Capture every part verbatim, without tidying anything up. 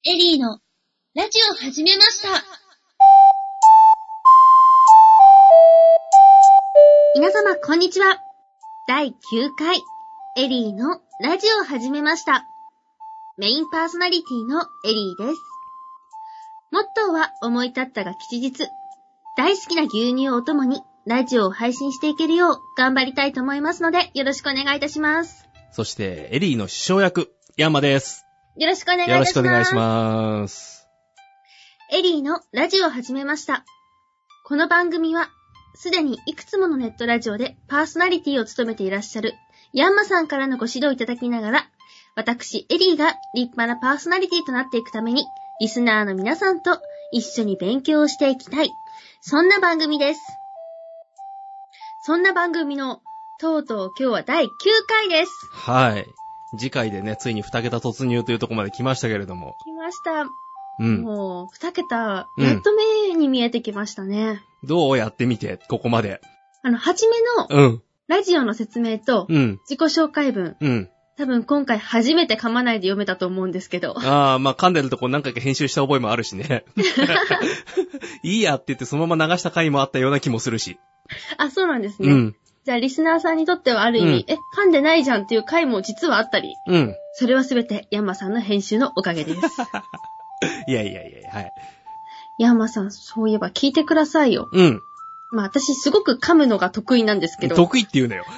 エリーのラジオ始めました。皆様こんにちは。だいきゅうかいエリーのラジオ始めました。メインパーソナリティのエリーです。モットーは思い立ったが吉日。大好きな牛乳をお供にラジオを配信していけるよう頑張りたいと思いますのでよろしくお願いいたします。 そしてエリーの師匠役ヤンマです。 よろしくお願いいたします。よろしくお願いします。エリーのラジオを始めました。この番組はすでにいくつものネットラジオでパーソナリティを務めていらっしゃるヤンマさんからのご指導いただきながら、私エリーが立派なパーソナリティとなっていくためにリスナーの皆さんと一緒に勉強をしていきたい、そんな番組です。そんな番組のとうとう今日はだいきゅうかいです。 はい。次回でね、ついにに桁突入というところまで来ましたけれども。 来ました。 うん。 もうに桁、やっと目に見えてきましたね。 うん、どうやってみて、ここまで。 あの、初めの、ラジオの説明と、自己紹介文。うん。多分今回初めて噛まないで読めたと思うんですけど。 ああ、まあ噛んでるとこ何回か編集した覚えもあるしね。いいやって言ってそのまま流した回もあったような気もするし。 あ、そうなんですね。うん。じゃあリスナーさんにとってはある意味、うん、え、噛んでないじゃんっていう回も実はあったり。うん。それはすべてヤンマさんの編集のおかげです。 いやいやいや、はい。 ヤンマさん、そういえば聞いてくださいよ。うん。まあ私すごく噛むのが得意なんですけど。 得意って言うなよ。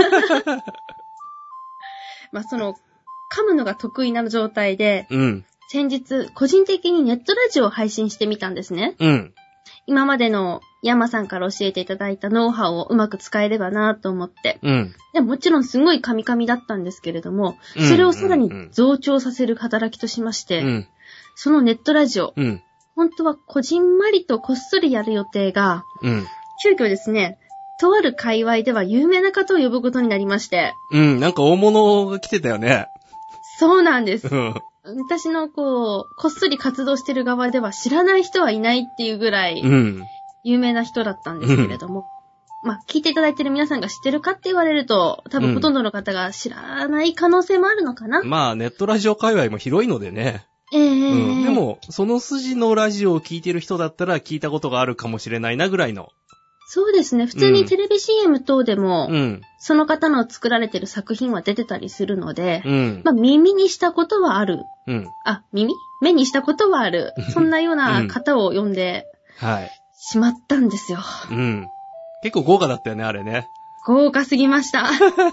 まあその、噛むのが得意な状態で、うん。先日、個人的にネットラジオを配信してみたんですね。うん。今までのヤンマさんから教えていただいたノウハウをうまく使えればなと思って。うん。でもちろんすごい噛み噛みだったんですけれども、うん、それをさらに増長させる働きとしまして、うん、そのネットラジオ、うん、本当はこじんまりとこっそりやる予定が、うん、急遽ですね、とある界隈では有名な方を呼ぶことになりまして。 うん、なんか大物が来てたよね。 そうなんです。私のこう、こっそり活動してる側では知らない人はいないっていうぐらい、有名な人だったんですけれども、うん、まあ、聞いていただいてる皆さんが知ってるかって言われると、多分ほとんどの方が知らない可能性もあるのかな。 うん、まあ、ネットラジオ界隈も広いのでね。ええーうん。でも、その筋のラジオを聞いてる人だったら聞いたことがあるかもしれないなぐらいの。 そうですね。普通にテレビ シーエム 等でも、うん、その方の作られてる作品は出てたりするので、うん、まあ耳にしたことはある。うん、あ、耳目にしたことはある。そんなような方を呼んで、はい。しまったんですよ。 うん。結構豪華だったよね、あれね。 豪華すぎました。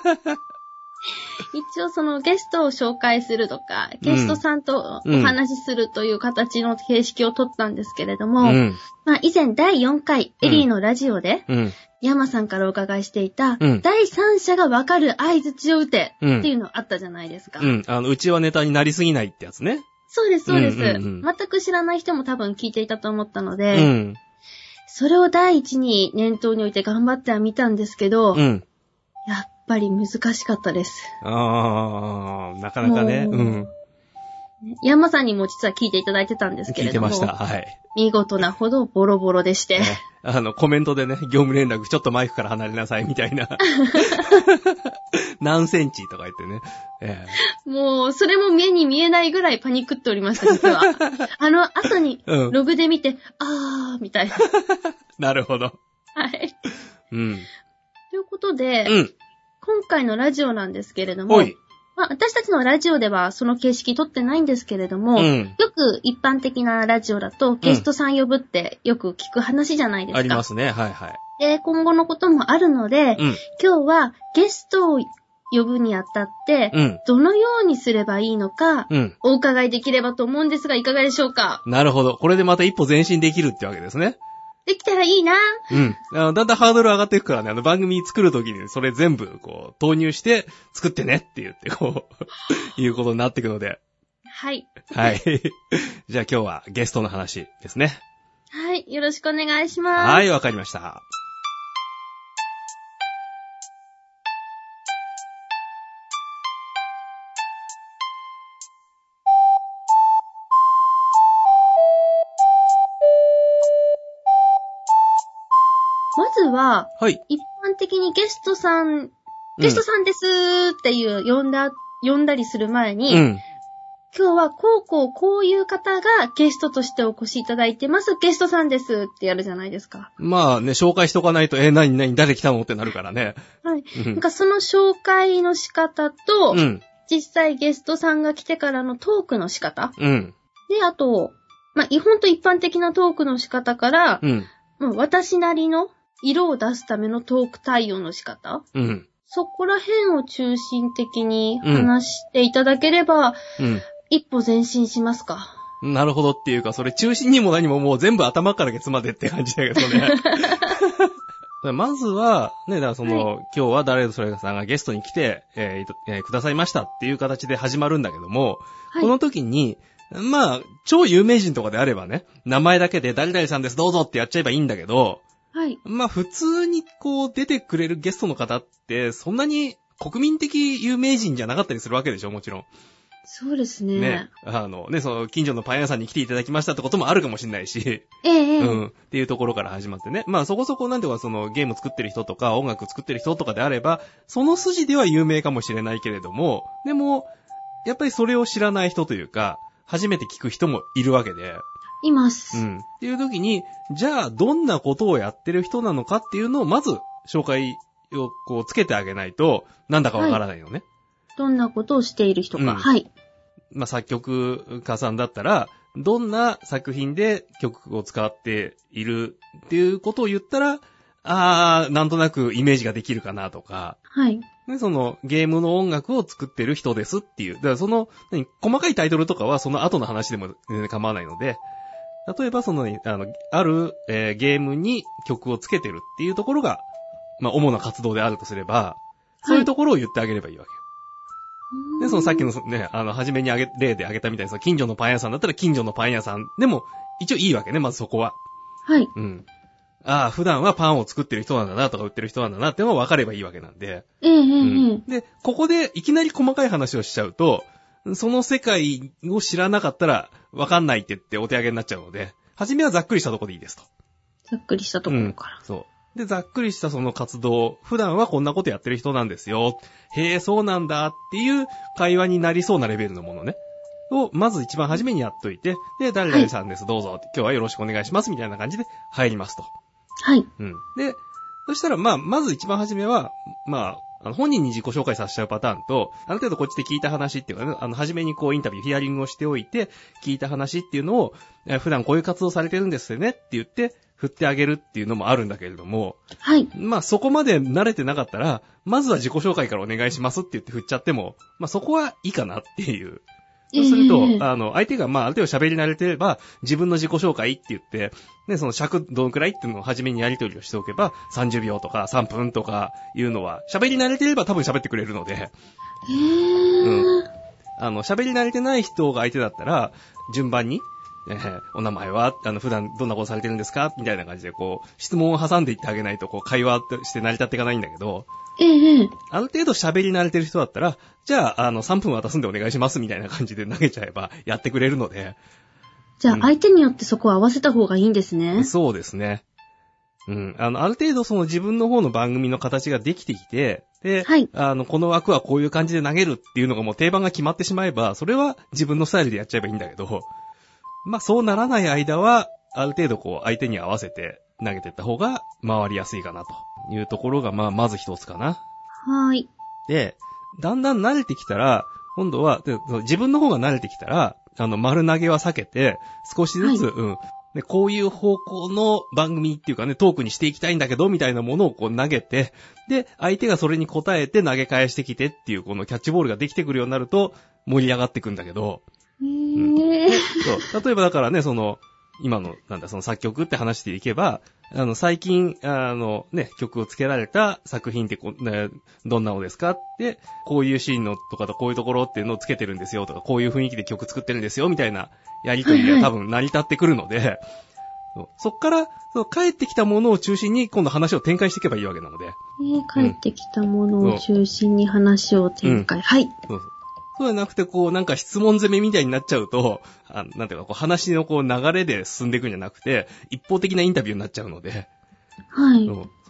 一応そのゲストを紹介するとか、ゲストさんとお話しするという形の形式を取ったんですけれども、うん、まあ以前だいよんかいエリーのラジオで、うん、ヤマさんからお伺いしていた、うん、第三者がわかる相槌を打てっていうのあったじゃないですか。 うん。あの、うちはネタになりすぎないってやつね。 そうです、そうです、うんうんうん。全く知らない人も多分聞いていたと思ったので、うん、それを第一に念頭に置いて頑張ってはみたんですけど、うん、やっぱり難しかったです。 ああ、なかなかね。うん。 ヤンマさんにも実は聞いていただいてたんですけれども。 聞いてました。はい。 見事なほどボロボロでして。 あの、コメントでね、業務連絡ちょっとマイクから離れなさいみたいな。何センチとか言ってね。えー、もう、それも目に見えないぐらいパニックっておりました、実は。あの、後に、ログで見て、うん、あー、みたいな。 なるほど。 はい。うん。ということで、うん、今回のラジオなんですけれども、まあ、私たちのラジオではその形式取ってないんですけれども、うん、よく一般的なラジオだとゲストさん呼ぶってよく聞く話じゃないですか。 ありますね、はいはい。 で、今後のこともあるので、うん、今日はゲストを呼ぶにあたって、うん、どのようにすればいいのか、うん、お伺いできればと思うんですが、いかがでしょうか？ なるほど。これでまた一歩前進できるってわけですね。 できたらいいな。 うん。あのだんだんハードル上がっていくからね、あの番組作るときにそれ全部こう投入して作ってねって言ってこう、いうことになっていくので。 はい。 はい。じゃあ今日はゲストの話ですね。 はい。よろしくお願いします。 はい、わかりました。 まずは、はい、一般的にゲストさん、ゲストさんですっていう呼んだ、呼んだりする前に、うん、 今日はこうこうこういう方がゲストとしてお越しいただいてます。ゲストさんですってやるじゃないですか。 まあね、紹介しとかないと、え、なになに誰来たのってなるからね。 はい。なんかその紹介の仕方と、うん、実際ゲストさんが来てからのトークの仕方。うん。で、あと、まあ、ほんと一般的なトークの仕方から、うん。まあ、私なりの色を出すためのトーク対応の仕方。うん。そこら辺を中心的に話していただければ、うん。一歩前進しますか。 なるほどっていうか、それ中心にも何ももう全部頭からケツまでって感じだけどね。まずは、ね、だからその、はい、今日は誰それさんがゲストに来て、えーえー、くださいましたっていう形で始まるんだけども、はい、この時に、まあ、超有名人とかであればね、名前だけで誰々さんですどうぞってやっちゃえばいいんだけど、はい。まあ普通にこう出てくれるゲストの方って、そんなに国民的有名人じゃなかったりするわけでしょ、もちろん。 そうですね。 ね。あの、ね、その、近所のパン屋さんに来ていただきましたってこともあるかもしれないし。 ええ。 うん。っていうところから始まってね。まあそこそこなんていうかその、ゲーム作ってる人とか、音楽作ってる人とかであれば、その筋では有名かもしれないけれども、でも、やっぱりそれを知らない人というか、初めて聞く人もいるわけで。 います。 うん。っていう時に、じゃあ、どんなことをやってる人なのかっていうのを、まず、紹介をこう、つけてあげないと、なんだかわからないよね、はい。 どんなことをしている人か。うん、はい。 まあ、作曲家さんだったら、どんな作品で曲を使っているっていうことを言ったら、あー、なんとなくイメージができるかなとか。 はい。 で、そのゲームの音楽を作ってる人ですっていう。だからその、何、細かいタイトルとかはその後の話でも全然構わないので、例えばその、あの、ある、えー、ゲームに曲をつけてるっていうところが、まあ、主な活動であるとすれば、そういうところを言ってあげればいいわけよ。はい、で、そのさっきのね、あの、初めにあげ、例であげたみたいにさ、近所のパン屋さんだったら近所のパン屋さんでも、一応いいわけね、まずそこは。 はい。 うん。ああ、普段はパンを作ってる人なんだなとか売ってる人なんだなってのが分かればいいわけなんで。 うんうんうん。 で、ここでいきなり細かい話をしちゃうと、その世界を知らなかったら分かんないって言ってお手上げになっちゃうので、初めはざっくりしたところでいいですと。 ざっくりしたところから、 うん。そう。で、ざっくりしたその活動、普段はこんなことやってる人なんですよ。へえ、そうなんだっていう会話になりそうなレベルのものね。を、まず一番初めにやっといて、で、誰々さんです、はい、どうぞ。今日はよろしくお願いします。みたいな感じで入りますと。 はい。 うん。で、そしたら、まあ、まず一番初めは、まあ、あの本人に自己紹介させちゃうパターンと、ある程度こっちで聞いた話っていうかね、あの、初めにこうインタビュー、ヒアリングをしておいて、聞いた話っていうのを、え普段こういう活動されてるんですよねって言って、振ってあげるっていうのもあるんだけれども、 はい。 まあ、そこまで慣れてなかったら、まずは自己紹介からお願いしますって言って振っちゃっても、まあ、そこはいいかなっていう。そうすると、えー、あの、相手が、まあ、ある程度喋り慣れてれば、自分の自己紹介って言って、ね、その尺どのくらいっていうのを初めにやり取りをしておけば、さんじゅうびょうとかさんぷんとかいうのは、喋り慣れてれば多分喋ってくれるので。 へー。うん。 あの、喋り慣れてない人が相手だったら、順番に、えー、お名前は、あの、普段どんなことされてるんですかみたいな感じで、こう、質問を挟んでいってあげないと、こう、会話して成り立っていかないんだけど、 ええ。 ある程度喋り慣れてる人だったら、じゃあ、あの、さんぷん渡すんでお願いしますみたいな感じで投げちゃえばやってくれるので。 じゃあ、相手によってそこを合わせた方がいいんですね。 うん、そうですね。うん。あの、ある程度その自分の方の番組の形ができてきて、で、はい、あの、この枠はこういう感じで投げるっていうのがもう定番が決まってしまえば、それは自分のスタイルでやっちゃえばいいんだけど、まあ、そうならない間は、ある程度こう、相手に合わせて投げていった方が回りやすいかなというところが、まあ、まず一つかな。 はい。 で、だんだん慣れてきたら、今度は、で自分の方が慣れてきたら、あの、丸投げは避けて、少しずつ、はい、うん。で、こういう方向の番組っていうかね、トークにしていきたいんだけど、みたいなものをこう投げて、で、相手がそれに応えて投げ返してきてっていう、このキャッチボールができてくるようになると、盛り上がってくんだけど、 へー。 そう。例えばだからね、その、今の、なんだ、その作曲って話していけば、あの、最近、あの、ね、曲をつけられた作品ってこ、ね、どんなのですかって、こういうシーンのとかとこういうところっていうのをつけてるんですよとか、こういう雰囲気で曲作ってるんですよみたいなやりとりが多分成り立ってくるので、はいはい、そ, そっから、その帰ってきたものを中心に今度話を展開していけばいいわけなので。 えー、帰ってきたものを中心に話を展開。うん、はい。 そうそうそうじゃなくて、こう、なんか質問攻めみたいになっちゃうと、あなんていうか、こう、話のこう、流れで進んでいくんじゃなくて、一方的なインタビューになっちゃうので。 はい。 そ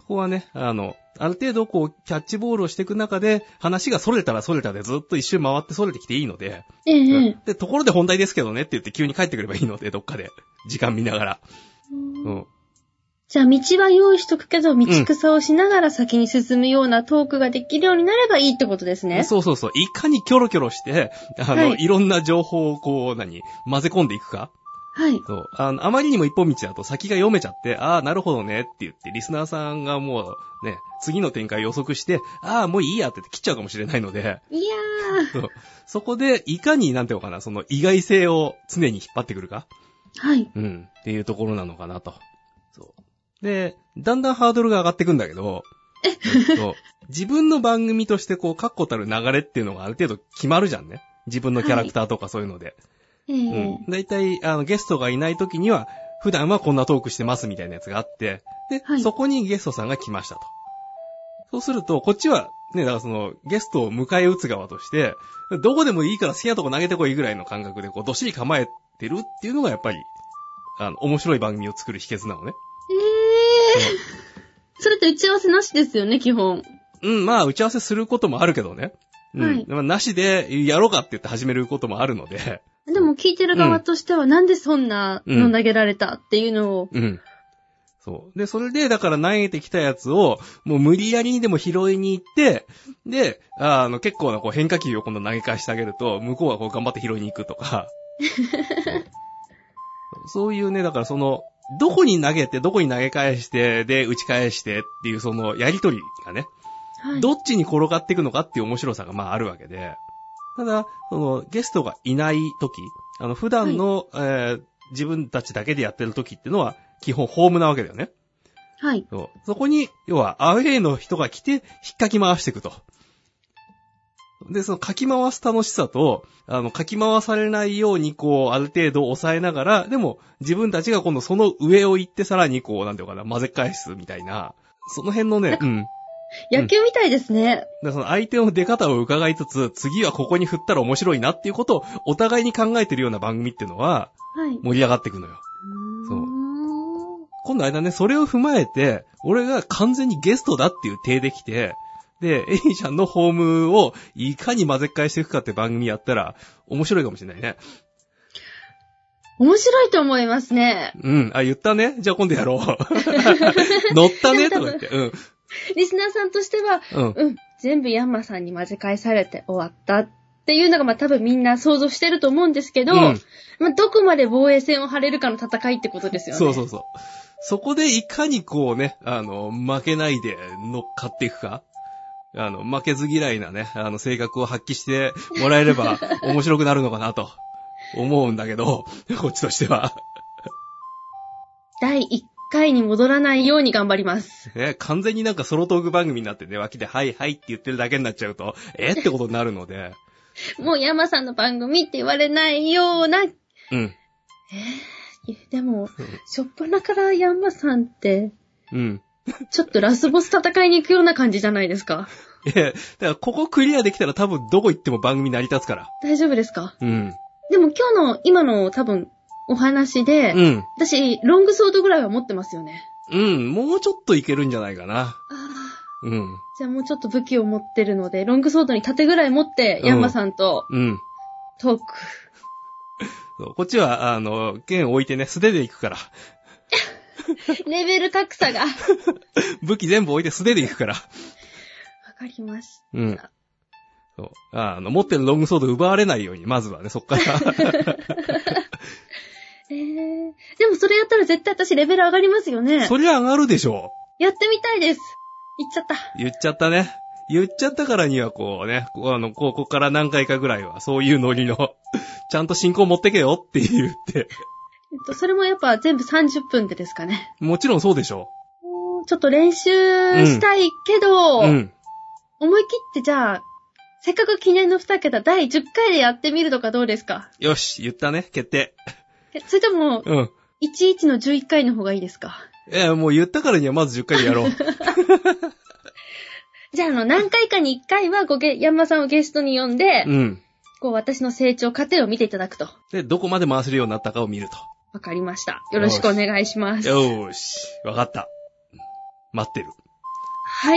そこはね、あの、ある程度こう、キャッチボールをしていく中で、話が逸れたら逸れたでずっと一周回って逸れてきていいので、 ええ。 で、ところで本題ですけどねって言って急に帰ってくればいいので、どっかで。時間見ながら。うん。 じゃあ道は用意しとくけど、道草をしながら先に進むようなトークができるようになればいいってことですね。 そうそうそう。いかにキョロキョロして、あの、はい、いろんな情報をこう、何、混ぜ込んでいくか。 はい。 そう。あの、あまりにも一本道だと先が読めちゃって、ああ、なるほどねって言って、リスナーさんがもう、ね、次の展開予測して、ああ、もういいやって切っちゃうかもしれないので。 いやー。 そう。そこで、いかに、なんていうのかな、その意外性を常に引っ張ってくるか。 はい。 うん。っていうところなのかなと。そう。で、だんだんハードルが上がってくんだけど、そう。自分の番組としてこう、確固たる流れっていうのがある程度決まるじゃんね。自分のキャラクターとかそういうので。 はい、うん。 だいたい、あの、ゲストがいない時には、普段はこんなトークしてますみたいなやつがあって、で、はい、そこにゲストさんが来ましたと。そうすると、こっちは、ね、だからその、ゲストを迎え撃つ側として、どこでもいいから好きなとこ投げてこいぐらいの感覚で、こう、どっしり構えてるっていうのがやっぱり、あの、面白い番組を作る秘訣なのね。 えー。それって打ち合わせなしですよね、基本。 うん、まあ、打ち合わせすることもあるけどね。うん。はい、まあ、なしで、やろうかって言って始めることもあるので。 でも聞いてる側としては、うん、なんでそんなの投げられたっていうのを。 うん。うん、そう。で、それで、だから投げてきたやつを、もう無理やりにでも拾いに行って、で、あの、結構なこう変化球を今度投げ返してあげると、向こうはこう頑張って拾いに行くとか。そういうね、だからその、どこに投げて、どこに投げ返して、で、打ち返してっていうそのやりとりがね、はい、どっちに転がっていくのかっていう面白さがまああるわけで、ただ、その、ゲストがいない時、あの、普段の、はい、えー、自分たちだけでやってる時っていうのは、基本ホームなわけだよね。 はい。 そう。そこに、要は、アウェイの人が来て、引っかき回していくと。で、その、かき回す楽しさと、あの、かき回されないように、こう、ある程度抑えながら、でも、自分たちが今度その上を行って、さらにこう、なんていうかな、混ぜ返すみたいな、その辺のね、うん。 野球みたいですね。 うん、その相手の出方を伺いつつ、次はここに振ったら面白いなっていうことをお互いに考えてるような番組っていうのは、盛り上がっていくのよ。はい、そう。今度あれだね、それを踏まえて、俺が完全にゲストだっていう体できて、で、エイちゃんのホームをいかに混ぜ返していくかって番組やったら面白いかもしれないね。 面白いと思いますね。 うん。あ、言ったね。じゃあ今度やろう。乗ったねとか言って。うん。 リスナーさんとしては、うん、うん、全部ヤンマさんに混ぜ返されて終わったっていうのが、まあ多分みんな想像してると思うんですけど、うん、まあどこまで防衛線を張れるかの戦いってことですよね。 そうそうそう。そこでいかにこうね、あの、負けないで乗っかっていくか。あの、負けず嫌いなね、あの、性格を発揮してもらえれば面白くなるのかなと思うんだけど、こっちとしては。 だいいっかいに戻らないように頑張ります。 え、完全になんかソロトーク番組になってね、脇ではいはいって言ってるだけになっちゃうと、えってことになるので。 もう山さんの番組って言われないような。うん。えー、でも、しょっぱなから山さんって。うん。ちょっとラスボス戦いに行くような感じじゃないですか。 いや、だからここクリアできたら多分どこ行っても番組成り立つから。 大丈夫ですか？ うん。 でも今日の、今の多分お話で、うん。私、ロングソードぐらいは持ってますよね。 うん、もうちょっといけるんじゃないかな。ああ。うん。 じゃあもうちょっと武器を持ってるので、ロングソードに盾ぐらい持って、うん、ヤンマさんと、うん。トーク。 そう、こっちは、あの、剣を置いてね、素手で行くから。 レベル格差が。 武器全部置いて素手で行くから。わかりました。 うん。そう。あの、持ってるロングソード奪われないように、まずはね、そっから。 えー、でもそれやったら絶対私レベル上がりますよね。 そりゃ上がるでしょう。やってみたいです。言っちゃった。 言っちゃったね。言っちゃったからにはこうね、こうあの、ここから何回かぐらいは、そういうノリの、ちゃんと進行持ってけよって言って。 えっと、それもやっぱ全部さんじゅっぷんでですかね。 もちろんそうでしょう。ちょっと練習したいけど、うんうん、思い切ってじゃあ、せっかく記念のにけただいじゅっかいでやってみるとかどうですか？ よし、言ったね、決定。 それとも、うん。いちいちのじゅういっかいの方がいいですか？ いや、もう言ったからにはまずじゅっかいでやろう。 じゃあ、あの、何回かにいっかいはごげ、ヤンマさんをゲストに呼んで、うん。こう、私の成長過程を見ていただくと。 で、どこまで回せるようになったかを見ると。 わかりました。よろしくお願いします。 よーし。わかった。待ってる。 はい。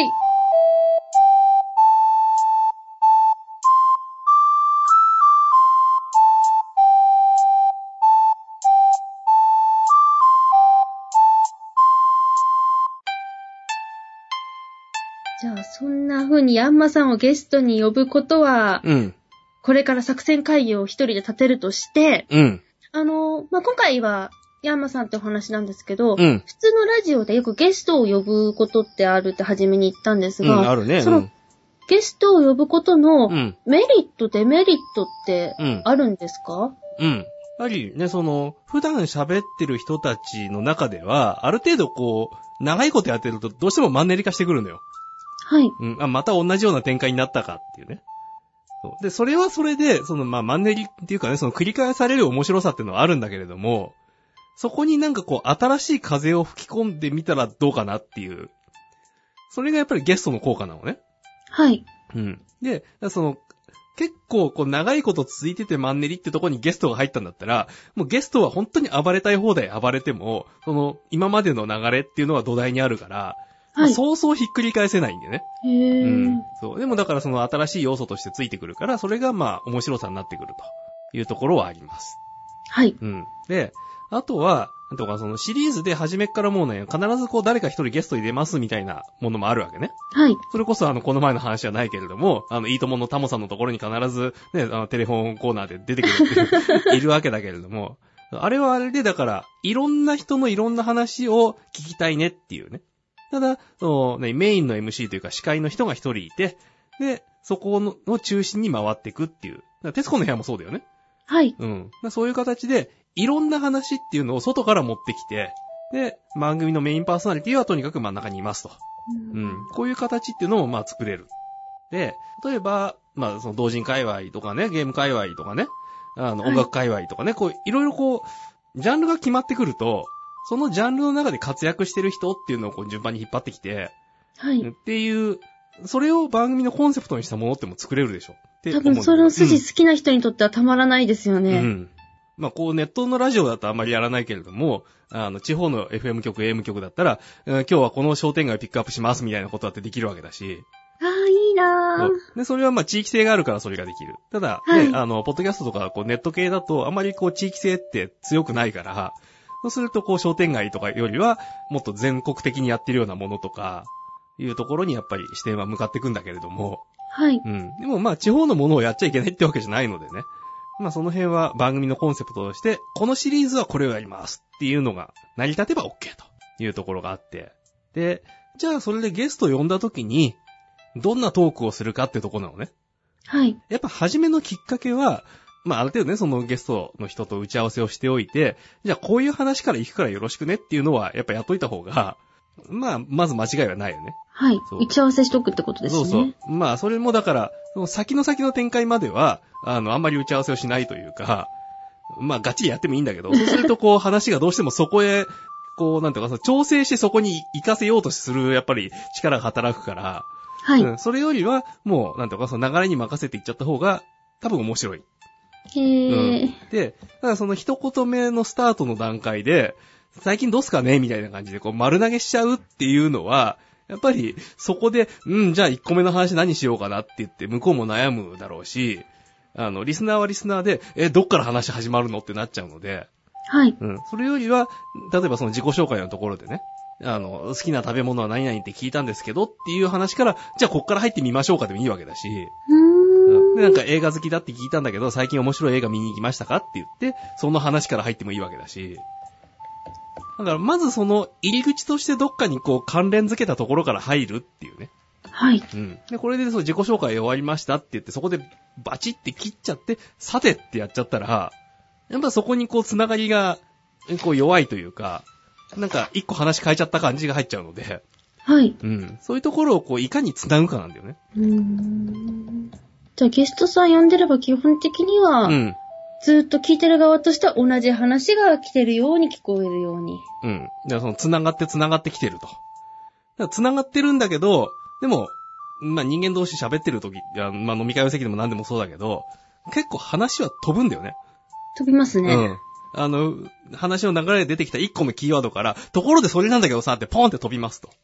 じゃあ、そんな風にヤンマさんをゲストに呼ぶことは、うん。これから作戦会議を一人で立てるとして、うん。あの、まあ、今回は、ヤンマさんってお話なんですけど、うん。普通のラジオでよくゲストを呼ぶことってあるって初めに言ったんですが、 うん、あるね。 その、うん、ゲストを呼ぶことの、メリット、デメリットってあるんですか？ うん。うん、やはりね、その、普段喋ってる人たちの中では、ある程度こう、長いことやってるとどうしてもマンネリ化してくるのよ。 はい。 うん。あ、また同じような展開になったかっていうね。そう。で、それはそれで、その、まあ、マンネリっていうかね、その繰り返される面白さっていうのはあるんだけれども、そこになんかこう、新しい風を吹き込んでみたらどうかなっていう。それがやっぱりゲストの効果なのね。 はい。 うん。で、その、結構こう、長いこと続いててマンネリってとこにゲストが入ったんだったら、もうゲストは本当に暴れたい放題暴れても、その、今までの流れっていうのは土台にあるから、はい、そうそうひっくり返せないんでね。 へー。うん。 そう。でもだからその新しい要素としてついてくるから、それがまあ面白さになってくるというところはあります。 はい。 うん。で、あとは、なんとかそのシリーズで初めっからもうね、必ずこう誰か一人ゲストに出ますみたいなものもあるわけね。 はい。 それこそあの、この前の話じゃないけれども、あの、いいとものタモさんのところに必ずね、あの、テレフォンコーナーで出てくるっていう、いるわけだけれども、あれはあれでだから、いろんな人のいろんな話を聞きたいねっていうね。ただ、そのね、メインの エムシー というか司会の人が一人いて、で、そこの、の中心に回っていくっていう。徹子の部屋もそうだよね。 はい。 うん。そういう形で、いろんな話っていうのを外から持ってきて、で、番組のメインパーソナリティはとにかく真ん中にいますと。うん。うん、こういう形っていうのもまあ作れる。で、例えば、まあその同人界隈とかね、ゲーム界隈とかね、あの音楽界隈とかね、はい、こう、いろいろこう、ジャンルが決まってくると、そのジャンルの中で活躍してる人っていうのをこう順番に引っ張ってきて、 はい。 っていう、それを番組のコンセプトにしたものっても作れるでしょ。って多分その筋好きな人にとってはたまらないですよね。 うん。うん、まあこうネットのラジオだとあんまりやらないけれども、あの地方の エフエム 局、エーエム 局だったら、今日はこの商店街をピックアップしますみたいなことだってできるわけだし。 ああ、いいなぁ。で、それはまあ地域性があるからそれができる。ただ、はい、ね、あの、ポッドキャストとかこうネット系だとあんまりこう地域性って強くないから、そうするとこう商店街とかよりはもっと全国的にやってるようなものとかいうところにやっぱり視点は向かっていくんだけれども。 はい。 うん。でもまあ地方のものをやっちゃいけないってわけじゃないのでね。まあその辺は番組のコンセプトとして、このシリーズはこれをやりますっていうのが成り立てば OK というところがあって。で、じゃあそれでゲストを呼んだ時に、どんなトークをするかってとこなのね。 はい。 やっぱ初めのきっかけは、まあある程度ね、そのゲストの人と打ち合わせをしておいて、じゃあこういう話から行くからよろしくねっていうのはやっぱやっといた方が、まあ、まず間違いはないよね。 はい。打ち合わせしとくってことですね。 そうそう。まあ、それもだから、その先の先の展開までは、あの、あんまり打ち合わせをしないというか、まあ、ガッチリやってもいいんだけど、そうするとこう、話がどうしてもそこへ、こう、なんていうか、調整してそこに行かせようとする、やっぱり力が働くから、 はい。 うん、それよりは、もう、なんていうか、その流れに任せていっちゃった方が、多分面白い。 へー。 うん、で、ただその一言目のスタートの段階で、最近どうすかねみたいな感じでこう丸投げしちゃうっていうのは、やっぱりそこで、うん、じゃあいっこめの話何しようかなって言って向こうも悩むだろうし、あの、リスナーはリスナーで、え、どっから話始まるのってなっちゃうので、 はい。 うん。それよりは、例えばその自己紹介のところでね、あの、好きな食べ物は何々って聞いたんですけどっていう話から、じゃあこっから入ってみましょうかでもいいわけだし、 うーん。 で、なんか映画好きだって聞いたんだけど、最近面白い映画見に行きましたかって言って、その話から入ってもいいわけだし、だから、まずその入り口としてどっかにこう関連付けたところから入るっていうね。 はい。 うん。で、これでその自己紹介終わりましたって言って、そこでバチって切っちゃって、さてってやっちゃったら、やっぱそこにこうつながりが、こう弱いというか、なんか一個話変えちゃった感じが入っちゃうので。 はい。 うん。そういうところをこういかにつなぐかなんだよね。 うーん。じゃあゲストさん呼んでれば基本的には、うん。ずっと聞いてる側としては同じ話が来てるように聞こえるように。 うん。だからその繋がって繋がってきてると。だから繋がってるんだけど、でも、まあ人間同士喋ってる時、まあ飲み会の席でも何でもそうだけど、結構話は飛ぶんだよね。 飛びますね。 うん。あの、話の流れで出てきたいっこのキーワードから、ところでそれなんだけどさってポンって飛びますと。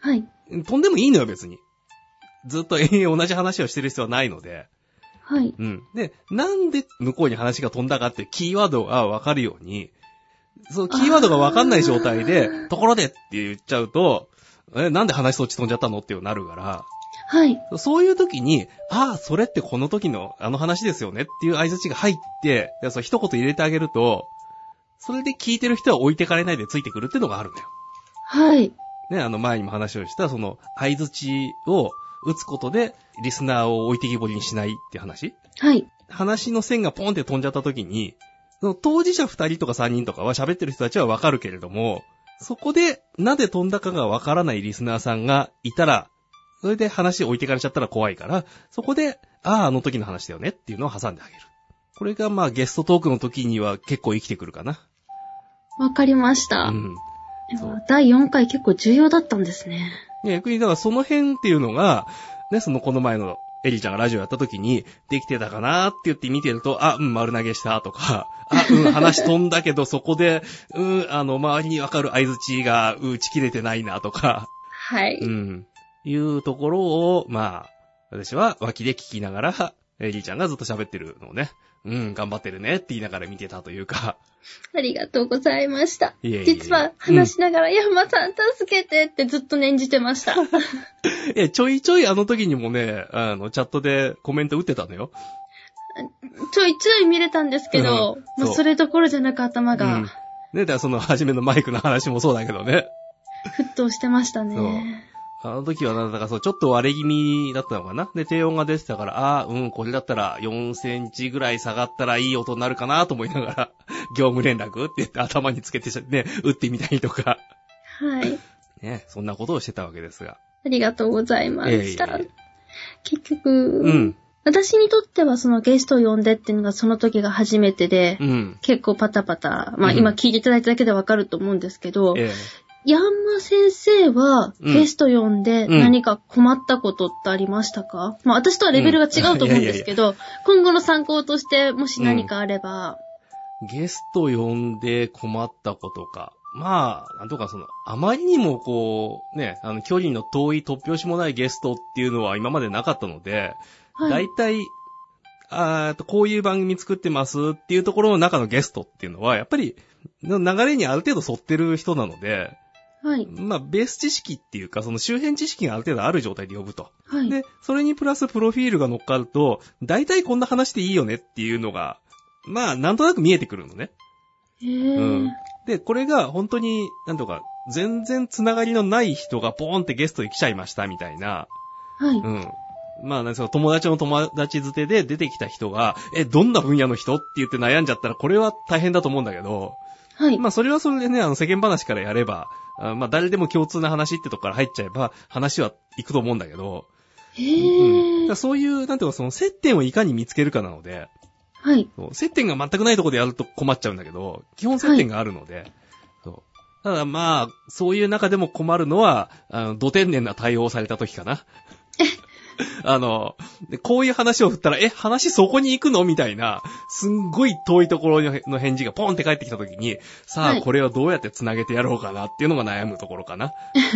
はい。 飛んでもいいのよ、別に。ずっと永遠同じ話をしてる必要はないので。 はい。 うん。で、なんで向こうに話が飛んだかっていうキーワードがわかるように、そのキーワードがわかんない状態で、ところでって言っちゃうと、え、なんで話そっち飛んじゃったのっていうなるから、 はい。 そういう時に、ああ、それってこの時のあの話ですよねっていう相槌が入って、その一言入れてあげると、それで聞いてる人は置いてかれないでついてくるっていうのがあるんだよ。 はい。 ね、あの前にも話をした、その相槌を打つことで、リスナーを置いてきぼりにしないっていう話。 はい。 話の線がポンって飛んじゃった時に、その当事者二人とか三人とかは喋ってる人たちはわかるけれども、そこでなぜ飛んだかがわからないリスナーさんがいたら、それで話置いてかれちゃったら怖いから、そこで、ああ、あの時の話だよねっていうのを挟んであげる。これがまあゲストトークの時には結構生きてくるかな。 わかりました。 うん。 だいよんかい結構重要だったんですね。 逆にだからその辺っていうのが、ね、そのこの前のエリちゃんがラジオやった時に、できてたかなって言って見てると、あ、うん、丸投げしたとか、あ、うん、話飛んだけどそこで、うん、あの、周りにわかる相槌が打ち切れてないなとか、 はい。 うん、いうところを、まあ、私は脇で聞きながら、エリちゃんがずっと喋ってるのをね、うん、頑張ってるねって言いながら見てたというか。 ありがとうございました。 いえいえ実は話しながら、うん、山さん助けてってずっと念じてました。 え、ちょいちょいあの時にもね、あの、チャットでコメント打ってたのよ。 ちょいちょい見れたんですけど、うん、もうそれどころじゃなく頭が。うん、 ね、だからその初めのマイクの話もそうだけどね。 沸騰してましたね。 あの時はなんだかそう、ちょっと割れ気味だったのかな。で、低音が出てたから、ああ、うん、これだったらよんセンチぐらい下がったらいい音になるかなと思いながら、業務連絡って言って頭につけてね、打ってみたりとか。 はい。 ね、そんなことをしてたわけですが。 ありがとうございました。えー、結局、 うん。 私にとってはそのゲストを呼んでっていうのがその時が初めてで、 うん、 結構パタパタ、まあ今聞いていただいただけでわかると思うんですけど、 えーヤンマ先生はゲスト呼んで何か困ったことってありましたか？うん、まあ私とはレベルが違うと思うんですけど、うん、いやいやいや今後の参考としてもし何かあれば。 うん、ゲスト呼んで困ったことか。まあ、なんとかその、あまりにもこう、ね、あの距離の遠い突拍子もないゲストっていうのは今までなかったので、はい、だいたい、あーこういう番組作ってますっていうところの中のゲストっていうのは、やっぱり、流れにある程度沿ってる人なので、 はい。 まあ、ベース知識っていうか、その周辺知識がある程度ある状態で呼ぶと。 はい。 で、それにプラスプロフィールが乗っかると、大体こんな話でいいよねっていうのが、まあ、なんとなく見えてくるのね。 へー。うん。 で、これが本当に、なんとか、全然つながりのない人がポーンってゲストに来ちゃいましたみたいな。 はい。 うん。まあ、なんかその友達の友達づてで出てきた人が、え、どんな分野の人って言って悩んじゃったら、これは大変だと思うんだけど、 はい。 まあ、それはそれでね、あの、世間話からやれば、あまあ、誰でも共通な話ってとこから入っちゃえば、話は行くと思うんだけど。 へー。 うん、そういう、なんていうか、その接点をいかに見つけるかなので。 はい。 接点が全くないところでやると困っちゃうんだけど、基本接点があるので。はい、そうただまあ、そういう中でも困るのは、あの、ど天然な対応をされた時かな。あの、こういう話を振ったら、え、話そこに行くのみたいな、すんごい遠いところの返事がポンって返ってきたときに、さあ、はい、これをどうやって繋げてやろうかなっていうのが悩むところかな。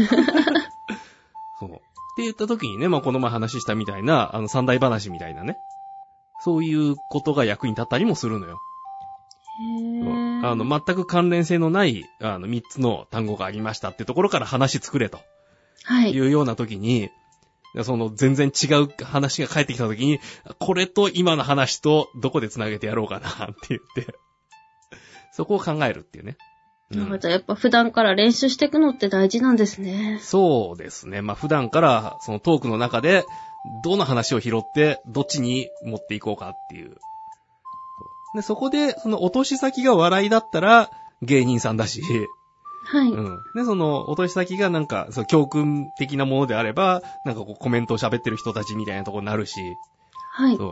そう。って言ったときにね、まあこの前話したみたいな、あの三大話みたいなね、そういうことが役に立ったりもするのよ。 へー。 あの、全く関連性のない、あの、三つの単語がありましたってところから話作れと。 はい。 いうようなときに、その全然違う話が返ってきたときに、これと今の話とどこで繋げてやろうかなって言って、そこを考えるっていうね。 うん、じゃあやっぱ普段から練習していくのって大事なんですね。 そうですね。まあ普段からそのトークの中でどの話を拾ってどっちに持っていこうかっていう。で、そこでその落とし先が笑いだったら芸人さんだし、 はい。 うん。で、その、落とし先がなんか、そう、教訓的なものであれば、なんかこう、コメントを喋ってる人たちみたいなところになるし。 はい。 そう。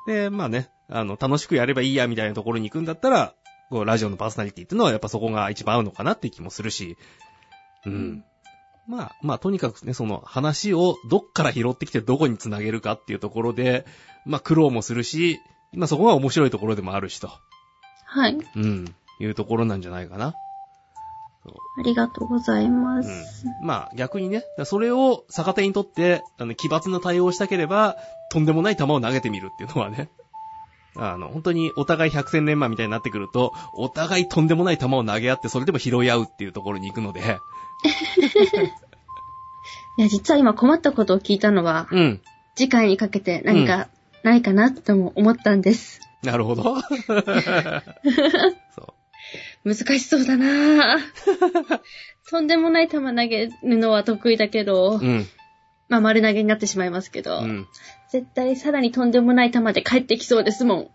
で、まあね、あの、楽しくやればいいや、みたいなところに行くんだったら、こう、ラジオのパーソナリティっていうのはやっぱそこが一番合うのかなっていう気もするし。うん。うん、まあ、まあ、とにかくね、その、話をどっから拾ってきてどこにつなげるかっていうところで、まあ、苦労もするし、まあ、そこが面白いところでもあるしと。 はい。 うん。いうところなんじゃないかな。 ありがとうございます。 うん、まあ逆にね、それを逆手にとって、あの、奇抜な対応をしたければ、とんでもない球を投げてみるっていうのはね、あの、本当にお互い百戦錬磨みたいになってくると、お互いとんでもない球を投げ合って、それでも拾い合うっていうところに行くので。 いや、実は今困ったことを聞いたのは、うん。次回にかけて何かないかなとも思ったんです。 うん、なるほど。 そう難しそうだなぁ。とんでもない球投げるのは得意だけど、うん、まあ丸投げになってしまいますけど、うん、絶対さらにとんでもない球で帰ってきそうですもん。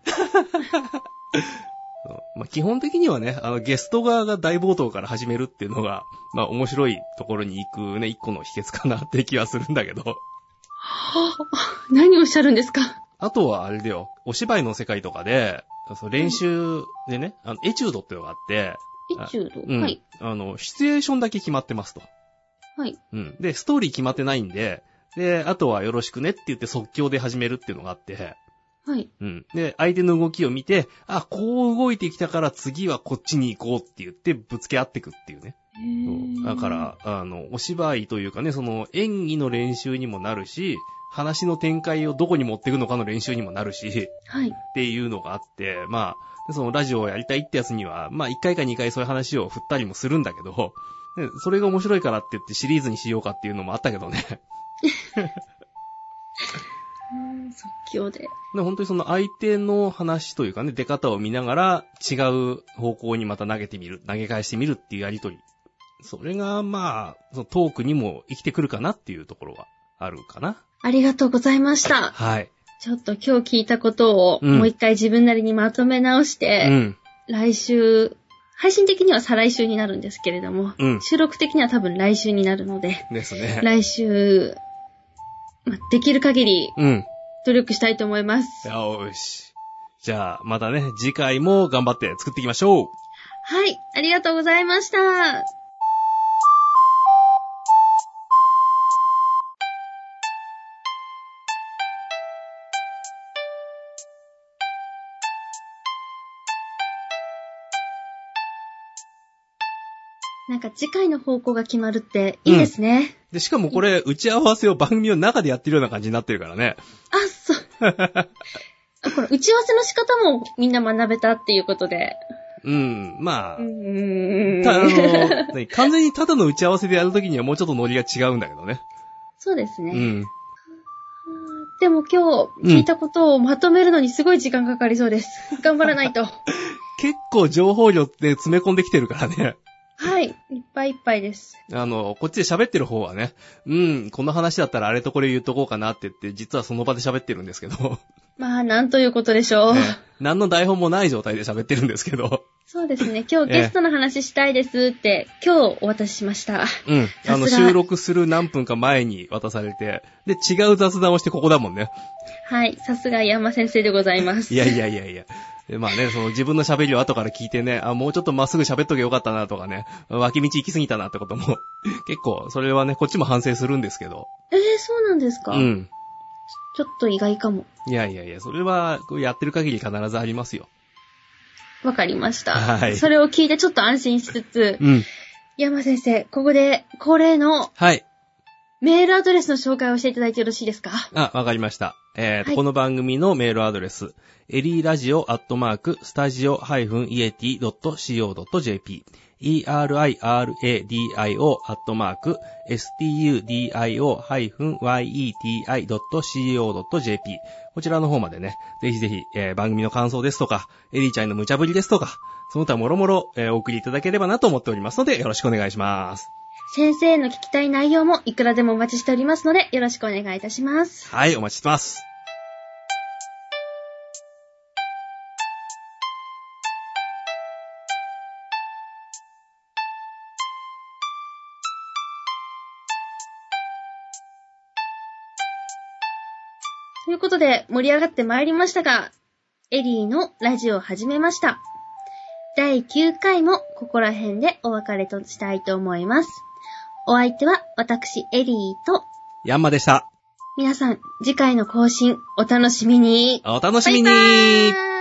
まあ、基本的にはね、あのゲスト側が大冒頭から始めるっていうのが、まあ面白いところに行くね、一個の秘訣かなって気はするんだけど。はぁ、何をおっしゃるんですか？ あとはあれだよ、お芝居の世界とかで、練習でね、あの、エチュードっていうのがあって、 エチュード、 うん、 はい。 あの、シチュエーションだけ決まってますと。 はい。 うん。で、ストーリー決まってないんで、で、あとはよろしくねって言って即興で始めるっていうのがあって、 はい。 うん。で、相手の動きを見て、あ、こう動いてきたから次はこっちに行こうって言ってぶつけ合ってくっていうね。 へー。 だから、あの、お芝居というかね、その演技の練習にもなるし、話の展開をどこに持っていくのかの練習にもなるし、 はい。 っていうのがあって、まあ、そのラジオをやりたいってやつには、まあいっかいかにかいそういう話を振ったりもするんだけど、それが面白いからって言ってシリーズにしようかっていうのもあったけどね。 うん、即興で。 で本当にその相手の話というかね、出方を見ながら違う方向にまた投げてみる、投げ返してみるっていうやりとり。それがまあ、そのトークにも生きてくるかなっていうところはあるかな。 ありがとうございました。 はい。 ちょっと今日聞いたことをもう一回自分なりにまとめ直して、うん、来週、配信的には再来週になるんですけれども、うん、収録的には多分来週になるので、 ですね。 来週、ま、できる限り、努力したいと思います。 うん、よし。じゃあ、またね、次回も頑張って作っていきましょう。 はい、ありがとうございました。なんか次回の方向が決まるっていいですね。うん、 で、しかもこれ、打ち合わせを番組の中でやってるような感じになってるからね。 あ、そう。この打ち合わせの仕方もみんな学べたっていうことで。 うん、まあ。 うーんたあの完全にただの打ち合わせでやるときにはもうちょっとノリが違うんだけどね。 そうですね。 うん。 でも今日聞いたことをまとめるのにすごい時間かかりそうです。うん、頑張らないと。 結構情報量って詰め込んできてるからね。 はい。いっぱいいっぱいです。 あの、こっちで喋ってる方はね、うん、この話だったらあれとこれ言っとこうかなって言って、実はその場で喋ってるんですけど。 まあ、なんということでしょう。ね、 何の台本もない状態で喋ってるんですけど。 そうですね。今日ゲストの話したいですって、今日お渡ししました。 うん。あの、収録する何分か前に渡されて、で、違う雑談をしてここだもんね。 はい。さすが山先生でございます。 いやいやいやいや。でまあね、その自分の喋りを後から聞いてね、あ、もうちょっとまっすぐ喋っとけよかったなとかね、脇道行き過ぎたなってことも、結構、それはね、こっちも反省するんですけど。 えー、そうなんですか？ うん。 ちょっと意外かも。 いやいやいや、それは、やってる限り必ずありますよ。 わかりました。 はい。 それを聞いてちょっと安心しつつ、 うん。 山先生、ここで恒例の、 はい。 メールアドレスの紹介をしていただいてよろしいですか？ あ、わかりました。えーと、 はい、 この番組のメールアドレス、エリーラジオアットマークスタジオハイフンイエティドットシーオードットジェーピー、エリラジオアットマークスタジオハイフンイエティドットシーオードットジェーピー、こちらの方までね、ぜひぜひ、えー、番組の感想ですとか、エリーちゃんの無茶ぶりですとか、その他もろもろ、えー、お送りいただければなと思っておりますので、よろしくお願いします。 先生の聞きたい内容もいくらでもお待ちしておりますので、よろしくお願いいたします。 はい、お待ちしてます。 ということで、盛り上がってまいりましたが、エリーのラジオを始めました。だいきゅうかいもここら辺でお別れとしたいと思います。お相手は私エリーとヤンマでした。 皆さん次回の更新お楽しみに。 お楽しみに。 バイバーイ。